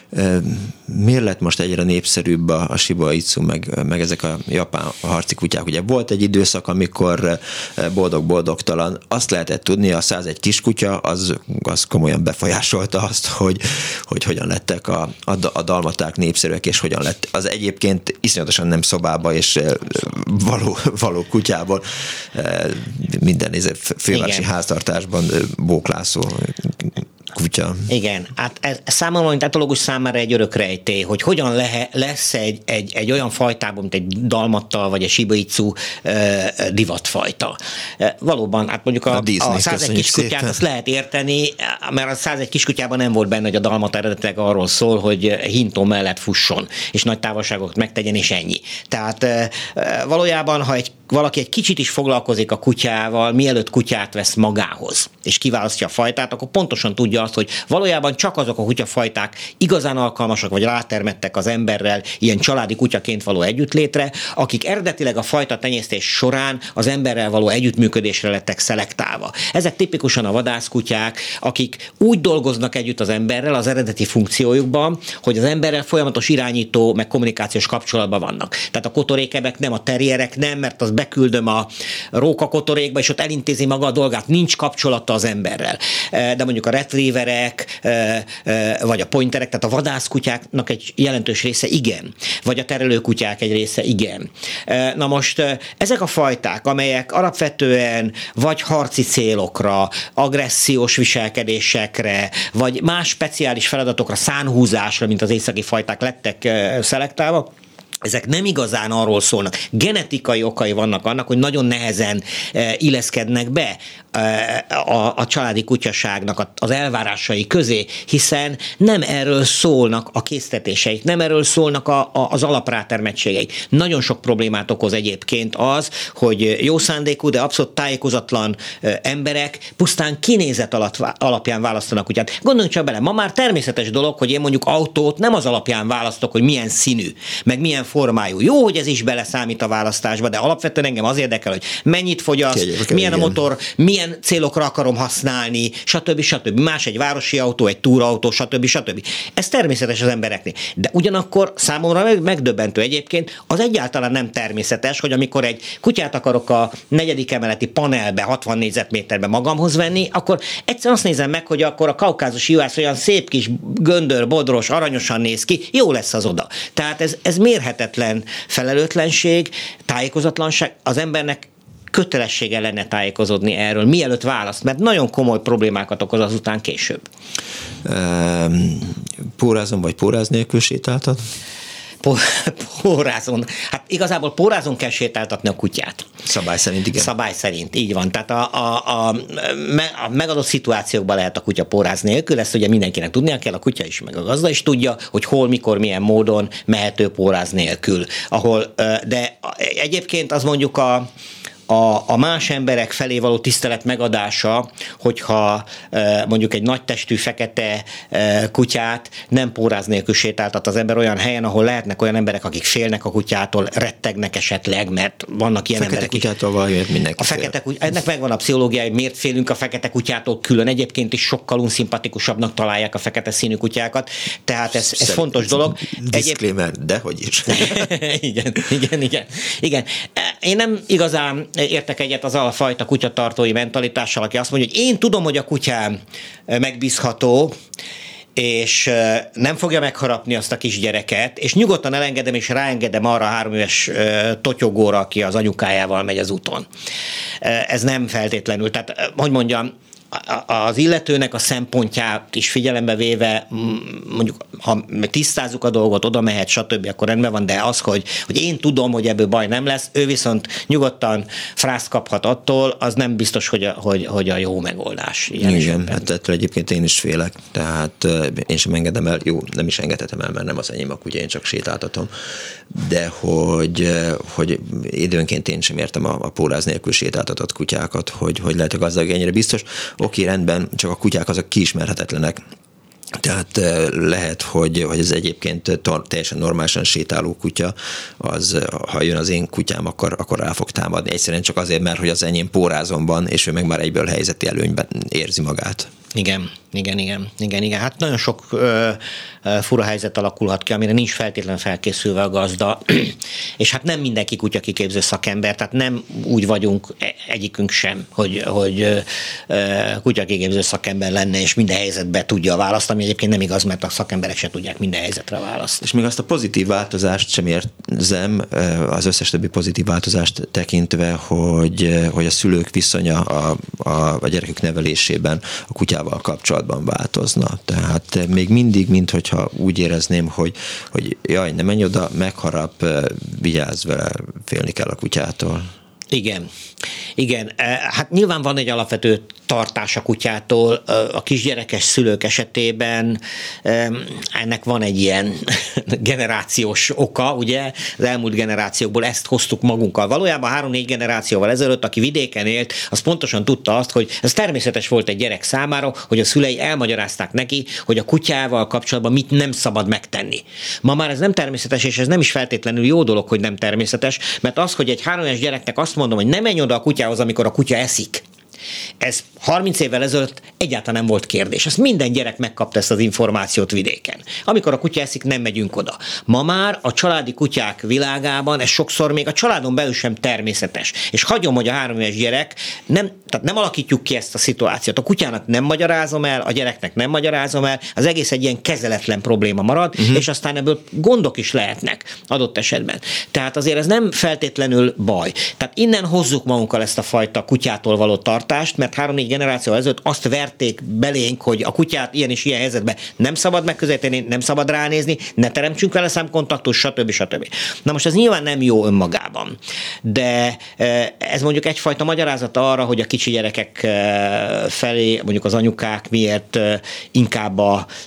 [SPEAKER 3] Miért lett most egyre népszerűbb a Shiba Inu, meg ezek a japán harci kutyák? Ugye volt egy időszak, amikor boldog-boldogtalan. Azt lehetett tudni, a 101 kiskutya, az komolyan befolyásolta azt, hogy hogyan lettek a dalmaták népszerűek, és hogyan lett az egyébként iszonyatosan nem szobába és való kutyából minden fővárosi háztartásban bóklászó kutya.
[SPEAKER 2] Igen, hát ez számomra, mint etológus számára egy örök rejtély, hogy hogyan lesz egy olyan fajtában, mint egy dalmattal, vagy egy Shiba Inu divatfajta. Valóban, hát mondjuk a 101 kiskutyát azt lehet érteni, mert a 101 kiskutyában nem volt benne, hogy a dalmat eredetileg arról szól, hogy hintó mellett fusson, és nagy távolságokat megtegyen, és ennyi. Tehát valójában, ha valaki egy kicsit is foglalkozik a kutyával, mielőtt kutyát vesz magához, és kiválasztja a fajtát, akkor pontosan tudja azt, hogy valójában csak azok a kutyafajták igazán alkalmasak, vagy rátermettek az emberrel ilyen családi kutyaként való együttlétre, akik eredetileg a fajta tenyésztés során az emberrel való együttműködésre lettek szelektálva. Ezek tipikusan a vadászkutyák, akik úgy dolgoznak együtt az emberrel az eredeti funkciójukban, hogy az emberrel folyamatos irányító, meg kommunikációs kapcsolatban vannak. Tehát a kotorékebek nem, a terrierek nem, mert az beküldöm a róka kotorékba, és ott elintézi maga a dolgát, nincs kapcsolata az emberrel. De mondjuk a retrieverek, vagy a pointerek, tehát a vadászkutyáknak egy jelentős része igen, vagy a terelőkutyák egy része igen. Na most ezek a fajták, amelyek alapvetően vagy harci célokra, agressziós viselkedésekre, vagy más speciális feladatokra, szánhúzásra, mint az északi fajták lettek szelektálva, ezek nem igazán arról szólnak. Genetikai okai vannak annak, hogy nagyon nehezen illeszkednek be a családi kutyaságnak az elvárásai közé, hiszen nem erről szólnak a késztetéseik, nem erről szólnak az alaprátermettségeik. Nagyon sok problémát okoz egyébként az, hogy jó szándékú, de abszolút tájékozatlan emberek pusztán kinézet alapján választanak kutyát. Gondoljunk csak bele, ma már természetes dolog, hogy én mondjuk autót nem az alapján választok, hogy milyen színű, meg milyen formájú. Jó, hogy ez is beleszámít a választásba, de alapvetően engem az érdekel, hogy mennyit fogyaszt, milyen a motor, milyen célokra akarom használni, stb. Más egy városi autó, egy túrautó, stb. Ez természetes az embereknél. De ugyanakkor számomra megdöbbentő egyébként, az egyáltalán nem természetes, hogy amikor egy kutyát akarok a 4. emeleti panelbe, 60 négyzetméterbe magamhoz venni, akkor egyszerűen azt nézem meg, hogy akkor a kaukázusi juhász olyan szép kis göndör, bodros, aranyosan néz ki, jó lesz az oda. Tehát ez mérhetetlen felelőtlenség, tájékozatlanság, az embernek kötelessége lenne tájékozódni erről, mielőtt választ, mert nagyon komoly problémákat okoz azután később.
[SPEAKER 3] Pórázon vagy póráz nélkül sétáltad?
[SPEAKER 2] Pórázon. Hát igazából pórázon kell sétáltatni a kutyát.
[SPEAKER 3] Szabály szerint, igen.
[SPEAKER 2] Szabály szerint, így van. Tehát a megadott szituációkban lehet a kutya póráz nélkül, ezt ugye mindenkinek tudnia kell, a kutya is, meg a gazda is tudja, hogy hol, mikor, milyen módon mehető póráz nélkül. De egyébként az mondjuk a más emberek felé való tisztelet megadása, hogyha mondjuk egy nagy testű fekete kutyát nem póráz nélkül sétáltat az ember olyan helyen, ahol lehetnek olyan emberek, akik félnek a kutyától, rettegnek esetleg, mert vannak ilyen emberek is.
[SPEAKER 3] Kutyától valamiért mindenki
[SPEAKER 2] ennek megvan a pszichológiája, hogy miért félünk a fekete kutyától külön. Egyébként is sokkal unszimpatikusabbnak találják a fekete színű kutyákat, tehát ez fontos dolog.
[SPEAKER 3] Disclaimer, dehogy is.
[SPEAKER 2] Igen. Én nem igazán értek egyet az a fajta kutyatartói mentalitással, aki azt mondja, hogy én tudom, hogy a kutyám megbízható, és nem fogja megharapni azt a kisgyereket, és nyugodtan elengedem, és ráengedem arra a 3 éves totyogóra, aki az anyukájával megy az úton. Ez nem feltétlenül. Tehát, hogy mondjam, az illetőnek a szempontját is figyelembe véve, mondjuk, ha tisztázzuk a dolgot, oda mehet, stb., akkor rendben van, de az, hogy én tudom, hogy ebből baj nem lesz, ő viszont nyugodtan frászt kaphat attól, az nem biztos, hogy a jó megoldás.
[SPEAKER 3] Igen, hát ettől egyébként én is félek, tehát én sem engedem el, jó, nem is engedhetem el, mert nem az enyém a kutya, én csak sétáltatom, de hogy időnként én sem értem a póráz nélkül sétáltatott kutyákat, hogy lehet a gazdag ennyire biztos. Oké, rendben, csak a kutyák azok kiismerhetetlenek. Tehát lehet, hogy ez egyébként teljesen normálisan sétáló kutya, az, ha jön az én kutyám, akkor rá fog támadni. Egyszerűen csak azért, mert hogy az enyém pórázon van, és ő meg már egyből helyzeti előnyben érzi magát.
[SPEAKER 2] Igen. Hát nagyon sok fura helyzet alakulhat ki, amire nincs feltétlenül felkészülve a gazda, és hát nem mindenki kutyakiképző szakember, tehát nem úgy vagyunk egyikünk sem, hogy kutyakiképző szakember lenne, és minden helyzetben tudja a választ, ami egyébként nem igaz, mert a szakemberek se tudják minden helyzetre a választ.
[SPEAKER 3] És még azt a pozitív változást sem érzem, az összes többi pozitív változást tekintve, hogy a szülők viszonya a gyerekük nevelésében a kutyával kapcsolatban változna. Tehát még mindig, minthogyha úgy érezném, hogy jaj, ne menj oda, megharap, vigyázz vele, félni kell a kutyától.
[SPEAKER 2] Igen. Hát nyilván van egy alapvető tartás a kutyától. A kisgyerekes szülők esetében ennek van egy ilyen generációs oka, ugye? Az elmúlt generációkból ezt hoztuk magunkkal. Valójában 3-4 generációval ezelőtt, aki vidéken élt, az pontosan tudta azt, hogy ez természetes volt egy gyerek számára, hogy a szülei elmagyarázták neki, hogy a kutyával kapcsolatban mit nem szabad megtenni. Ma már ez nem természetes, és ez nem is feltétlenül jó dolog, hogy nem természetes, mert az, hogy egy 3 éves gyereknek azt mondom, hogy ne menj oda a kutyához, amikor a kutya eszik, ez 30 évvel ezelőtt egyáltalán nem volt kérdés. Ezt minden gyerek megkapta, ezt az információt vidéken. Amikor a kutya eszik, nem megyünk oda. Ma már a családi kutyák világában ez sokszor még a családon belül sem természetes. És hagyom, hogy a 3 éves gyerek, tehát nem alakítjuk ki ezt a szituációt. A kutyának nem magyarázom el, a gyereknek nem magyarázom el, az egész egy ilyen kezeletlen probléma marad, és aztán ebből gondok is lehetnek adott esetben. Tehát azért ez nem feltétlenül baj. Tehát innen hozzuk magunkkal ezt a fajta kutyától való tartást, mert 3-4 generáció ezelőtt azt verték belénk, hogy a kutyát ilyen és ilyen helyzetben nem szabad megközelíteni, nem szabad ránézni, ne teremtsünk vele szemkontaktust, stb. Na most ez nyilván nem jó önmagában, de ez mondjuk egyfajta magyarázat arra, hogy a kicsi gyerekek felé, mondjuk az anyukák miért inkább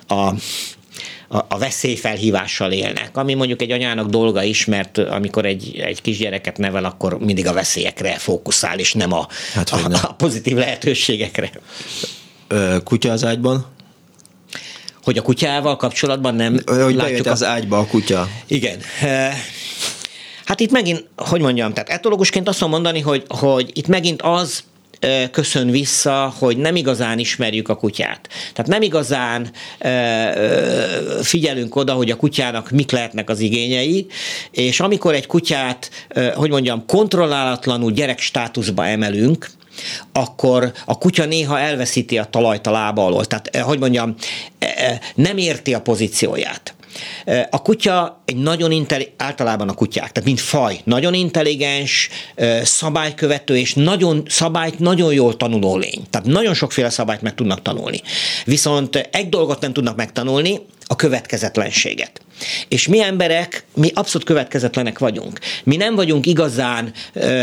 [SPEAKER 2] a veszélyfelhívással élnek, ami mondjuk egy anyának dolga is, mert amikor egy kisgyereket nevel, akkor mindig a veszélyekre fókuszál, és nem a pozitív lehetőségekre.
[SPEAKER 3] Kutya az ágyban?
[SPEAKER 2] Hogy a kutyával kapcsolatban nem
[SPEAKER 3] hogy látjuk az ágyba a kutya.
[SPEAKER 2] Igen. Hát itt megint, hogy mondjam, tehát etológusként azt mondom mondani, hogy itt megint az köszön vissza, hogy nem igazán ismerjük a kutyát. Tehát nem igazán figyelünk oda, hogy a kutyának mik lehetnek az igényei, és amikor egy kutyát, hogy mondjam, kontrollálatlanul gyerekstátuszba emelünk, akkor a kutya néha elveszíti a talajt a lába alól. Tehát, hogy mondjam, nem érti a pozícióját. A kutya egy nagyon általában a kutyák, tehát mint faj, nagyon intelligens, szabálykövető, és szabályt nagyon jól tanuló lény. Tehát nagyon sokféle szabályt meg tudnak tanulni. Viszont egy dolgot nem tudnak megtanulni, a következetlenséget. És mi emberek, mi abszolút következetlenek vagyunk. Mi nem vagyunk igazán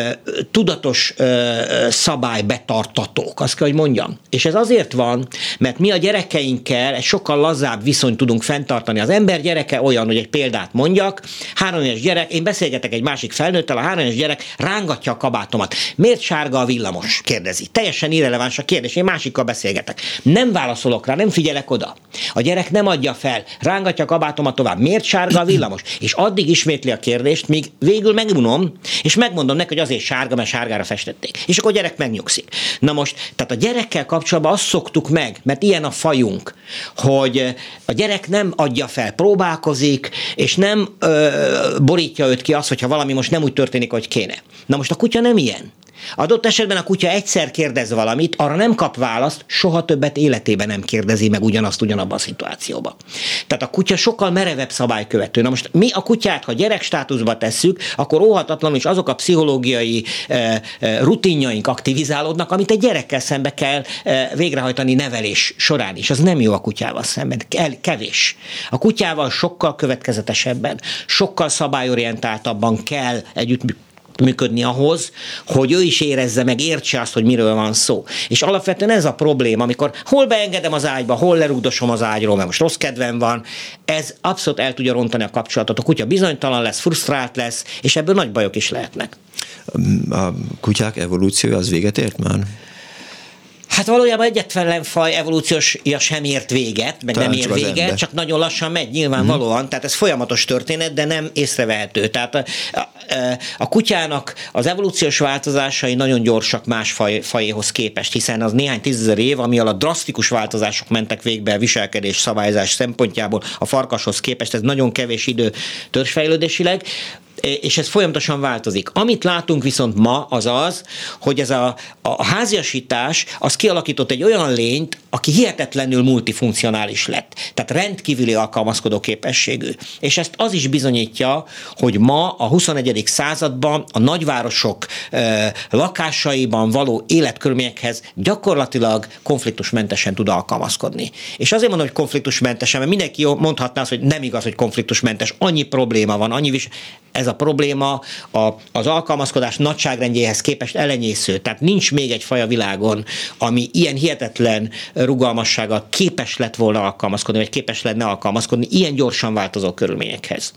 [SPEAKER 2] tudatos szabálybetartatók, azt kell, hogy mondjam. És ez azért van, mert mi a gyerekeinkkel egy sokkal lazább viszonyt tudunk fenntartani. Az ember gyereke olyan, hogy egy példát mondjak, 3 éves gyerek, én beszélgetek egy másik felnőttel, a 3 éves gyerek rángatja a kabátomat. Miért sárga a villamos? Kérdezi. Teljesen irreleváns a kérdés, én másikkal beszélgetek. Nem válaszolok rá, nem figyelek oda. A gyerek nem adja fel, rángatja a kabátomat tovább. Miért sárga a villamos? És addig ismétli a kérdést, míg végül megunom, és megmondom neki, hogy azért sárga, mert sárgára festették. És akkor a gyerek megnyugszik. Na most, tehát a gyerekkel kapcsolatban azt szoktuk meg, mert ilyen a fajunk, hogy a gyerek nem adja fel, próbálkozik, és nem borítja őt ki azt, hogyha valami most nem úgy történik, hogy kéne. Na most a kutya nem ilyen. Adott esetben a kutya egyszer kérdez valamit, arra nem kap választ, soha többet életében nem kérdezi meg ugyanazt ugyanabban a szituációban. Tehát a kutya sokkal merevebb szabálykövető. Na most mi a kutyát, ha gyerekstátuszba tesszük, akkor óhatatlanul is azok a pszichológiai rutinjaink aktivizálódnak, amit egy gyerekkel szembe kell végrehajtani nevelés során is. Az nem jó a kutyával szemben, kevés. A kutyával sokkal következetesebben, sokkal szabályorientáltabban kell együtt működni ahhoz, hogy ő is érezze meg, értse azt, hogy miről van szó. És alapvetően ez a probléma, amikor hol beengedem az ágyba, hol lerugdosom az ágyról, mert most rossz kedvem van, ez abszolút el tudja rontani a kapcsolatot. A kutya bizonytalan lesz, frusztrált lesz, és ebből nagy bajok is lehetnek.
[SPEAKER 3] A kutyák evolúciója az véget ért már?
[SPEAKER 2] Hát valójában egyetlen faj evolúciója sem ért véget, meg talán nem ér véget, csak nagyon lassan megy nyilvánvalóan, tehát ez folyamatos történet, de nem észrevehető. Tehát a kutyának az evolúciós változásai nagyon gyorsak más fajéhoz képest, hiszen az néhány 10 000 év, ami alatt drasztikus változások mentek végbe a viselkedés szabályzás szempontjából a farkashoz képest, ez nagyon kevés idő törzsfejlődésileg, és ez folyamatosan változik. Amit látunk viszont ma az, hogy ez a háziasítás az kialakított egy olyan lényt, aki hihetetlenül multifunkcionális lett. Tehát rendkívüli alkalmazkodó képességű. És ezt az is bizonyítja, hogy ma a 21. században a nagyvárosok lakásaiban való életkörülményekhez gyakorlatilag konfliktusmentesen tud alkalmazkodni. És azért mondom, hogy konfliktusmentesen, mert mindenki mondhatná azt, hogy nem igaz, hogy konfliktusmentes. Annyi probléma van, ez a probléma az alkalmazkodás nagyságrendjéhez képest elenyésző. Tehát nincs még egy faj a világon, ami ilyen hihetetlen rugalmassággal képes lett volna alkalmazkodni, vagy képes lenne alkalmazkodni ilyen gyorsan változó körülményekhez.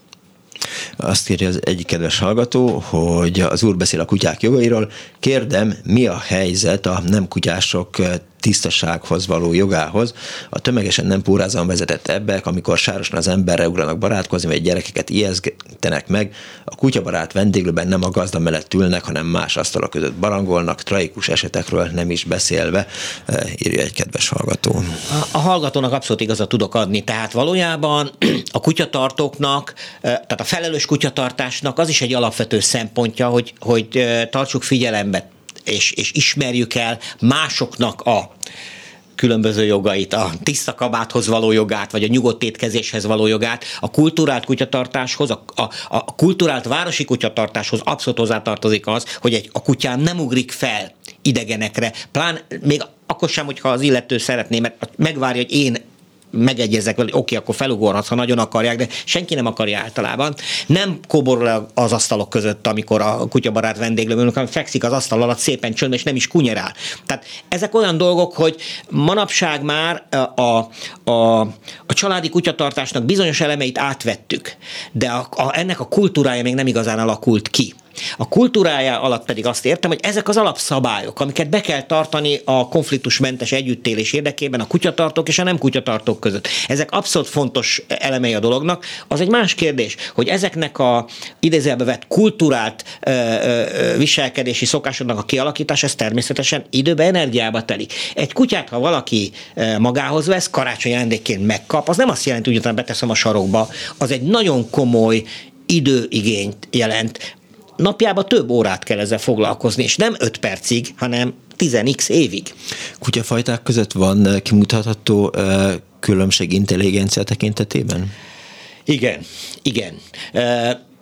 [SPEAKER 3] Azt kérje az egyik kedves hallgató, hogy az úr beszél a kutyák jogairól. Kérdem, mi a helyzet a nem kutyások tisztasághoz való jogához? A tömegesen nem pórázan vezetett ebbek, amikor sárosan az emberre ugranak barátkozni, vagy gyerekeket ijesztenek meg. A kutyabarát vendéglőben nem a gazda mellett ülnek, hanem más asztalok között barangolnak, tragikus esetekről nem is beszélve, írja egy kedves hallgató.
[SPEAKER 2] A hallgatónak abszolút igazat tudok adni, tehát valójában a kutyatartóknak, tehát a felelős kutyatartásnak az is egy alapvető szempontja, hogy tartsuk figyelembe, és ismerjük el másoknak a különböző jogait, a tiszta kabáthoz való jogát, vagy a nyugodt étkezéshez való jogát, a kulturált kutyatartáshoz, a kulturált városi kutyatartáshoz abszolút hozzátartozik az, hogy a kutyám nem ugrik fel idegenekre, még akkor sem, hogyha az illető szeretné, mert megvárja, hogy én megegyezek vele, oké, akkor felugorhatsz, ha nagyon akarják, de senki nem akarja általában. Nem koborul az asztalok között, amikor a kutyabarát vendéglőben, hanem fekszik az asztal alatt szépen csöndben, és nem is kunyerál. Tehát ezek olyan dolgok, hogy manapság már a családi kutyatartásnak bizonyos elemeit átvettük, de ennek a kultúrája még nem igazán alakult ki. A kultúrája alatt pedig azt értem, hogy ezek az alapszabályok, amiket be kell tartani a konfliktusmentes együttélés érdekében a kutyatartók és a nem kutyatartók között. Ezek abszolút fontos elemei a dolognak. Az egy más kérdés, hogy ezeknek a idézőjelbe vett kulturált viselkedési szokásoknak a kialakítás, ez természetesen időbe, energiába telik. Egy kutyát, ha valaki magához vesz, karácsonyi ajándékként megkap, az nem azt jelenti, hogy utána beteszem a sarokba, az egy nagyon komoly időigényt jelent. Napjában több órát kell ezzel foglalkozni, és nem 5 percig, hanem 10x évig.
[SPEAKER 3] Kutyafajták között van kimutatható különbség intelligencia tekintetében?
[SPEAKER 2] Igen.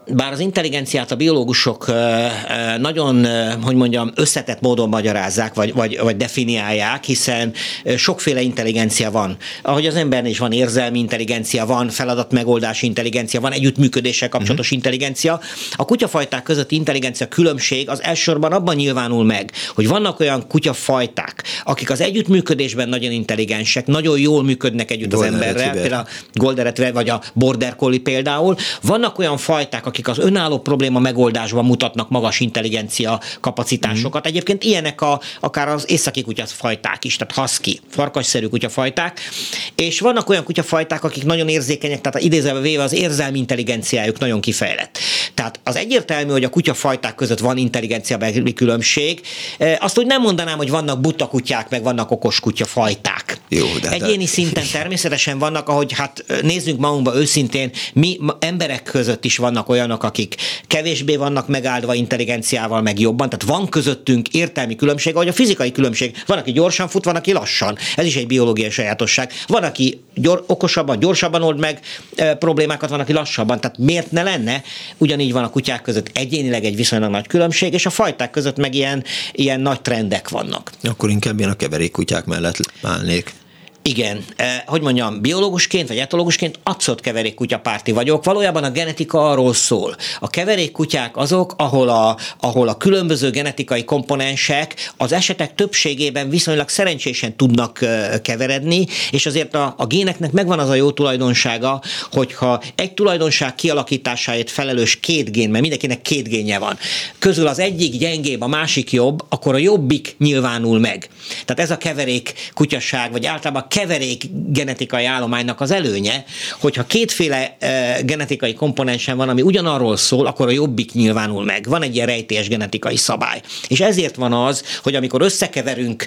[SPEAKER 2] bár az intelligenciát a biológusok nagyon, hogy mondjam, összetett módon magyarázzák, vagy definiálják, hiszen sokféle intelligencia van. Ahogy az embernél is van érzelmi intelligencia, van feladatmegoldási intelligencia, van együttműködéssel kapcsolatos intelligencia. A kutyafajták közötti intelligencia különbség az elsősorban abban nyilvánul meg, hogy vannak olyan kutyafajták, akik az együttműködésben nagyon intelligensek, nagyon jól működnek együtt az emberrel, például a Golden Retriever vagy a Border Collie például. Vannak olyan fajták, akik az önálló probléma megoldásban mutatnak magas intelligencia kapacitásokat. Egyébként ilyenek akár az északi kutyafajták is, tehát husky, farkasszerű kutyafajták, és vannak olyan kutyafajták, akik nagyon érzékenyek, tehát idézőjelbe véve az érzelmi intelligenciájuk nagyon kifejlett. Tehát az egyértelmű, hogy a kutyafajták között van intelligenciabeli különbség. Azt úgy nem mondanám, hogy vannak buta kutyák, meg vannak okos kutyafajták.
[SPEAKER 3] Jó, de
[SPEAKER 2] egyéni szinten természetesen vannak, ahogy hát nézzünk magunkba őszintén, mi emberek között is vannak olyanok, akik kevésbé vannak megáldva intelligenciával, meg jobban, tehát van közöttünk értelmi különbség, ahogy a fizikai különbség. Van, aki gyorsan fut, van, aki lassan. Ez is egy biológiai sajátosság. Van, aki okosabban, gyorsabban old meg problémákat, van, aki lassabban. Tehát miért ne lenne? Ugyanígy van a kutyák között egyénileg egy viszonylag nagy különbség, és a fajták között meg ilyen nagy trendek vannak.
[SPEAKER 3] Akkor inkább én a keverék kutyák mellett állnék.
[SPEAKER 2] Igen, hogy mondjam, biológusként vagy etológusként abszolút keverékkutyapárti vagyok. Valójában a genetika arról szól. A keverékkutyák azok, ahol a különböző genetikai komponensek az esetek többségében viszonylag szerencsésen tudnak keveredni, és azért a géneknek megvan az a jó tulajdonsága, hogyha egy tulajdonság kialakításáért felelős két gén, mert mindenkinek két génje van, közül az egyik gyengébb, a másik jobb, akkor a jobbik nyilvánul meg. Tehát ez a keverékkutyaság, vagy általában keverék genetikai állománynak az előnye, hogyha kétféle genetikai komponensen van, ami ugyanarról szól, akkor a jobbik nyilvánul meg. Van egy ilyen rejtélyes genetikai szabály. És ezért van az, hogy amikor összekeverünk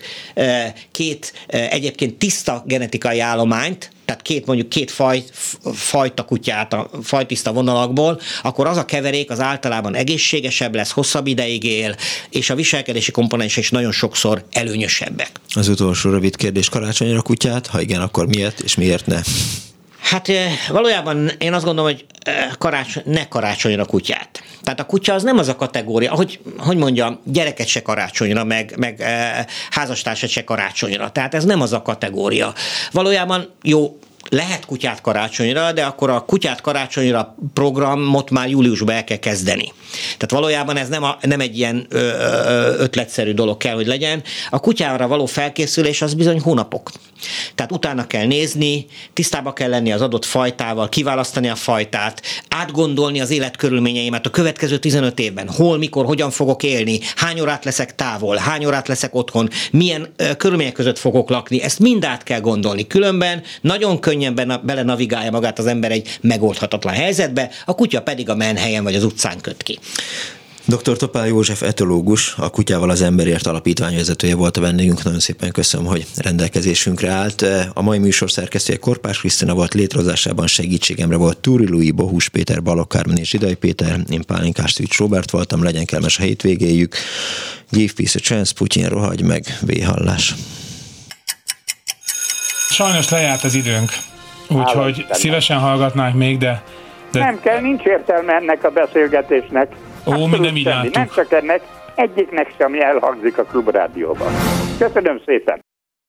[SPEAKER 2] két egyébként tiszta genetikai állományt, tehát mondjuk két fajta kutyát a fajtiszta vonalakból, akkor az a keverék az általában egészségesebb lesz, hosszabb ideig él, és a viselkedési komponensek is nagyon sokszor előnyösebbek. Az
[SPEAKER 3] utolsó rövid kérdés: karácsonyra kutyát? Ha igen, akkor miért, és miért ne?
[SPEAKER 2] Hát valójában én azt gondolom, hogy ne karácsonyra kutyát. Tehát a kutya az nem az a kategória, hogy mondjam, gyereket se karácsonyra, meg házastársat se karácsonyra. Tehát ez nem az a kategória. Valójában jó, lehet kutyát karácsonyra, de akkor a kutyát karácsonyra programot már júliusban el kell kezdeni. Tehát valójában ez nem egy ilyen ötletszerű dolog kell, hogy legyen. A kutyára való felkészülés az bizony hónapok. Tehát utána kell nézni, tisztába kell lenni az adott fajtával, kiválasztani a fajtát, átgondolni az életkörülményeimet a következő 15 évben. Hol, mikor, hogyan fogok élni, hány órát leszek távol, hány órát leszek otthon, milyen körülmények között fogok lakni. Ezt mind át kell gondolni. Különben nagyon könnyen belenavigálja magát az ember egy megoldhatatlan helyzetbe, a kutya pedig a menhelyen vagy az utcán köt ki.
[SPEAKER 3] Dr. Topál József etológus, a Kutyával az Emberért alapítvány vezetője volt a vendégünk. Nagyon szépen köszönöm, hogy rendelkezésünkre állt. A mai műsor szerkesztője Korpás Krisztina volt, létrehozásában segítségemre volt Túri Lui, Bohus Péter, Balogh Kármen és Zsidai Péter. Én Pálinkás Szűcs Róbert voltam, legyen kellemes a hétvégéjük. Give peace a chance, Putyin rohagy meg, véhallás.
[SPEAKER 4] Sajnos lejárt az időnk, úgyhogy szívesen hallgatnánk még, de...
[SPEAKER 5] Nem kell, nincs értelme ennek a beszélgetésnek.
[SPEAKER 4] Mi nem így láttuk.
[SPEAKER 5] Nem csak ennek, egyiknek sem elhangzik a Klubrádióban. Köszönöm szépen!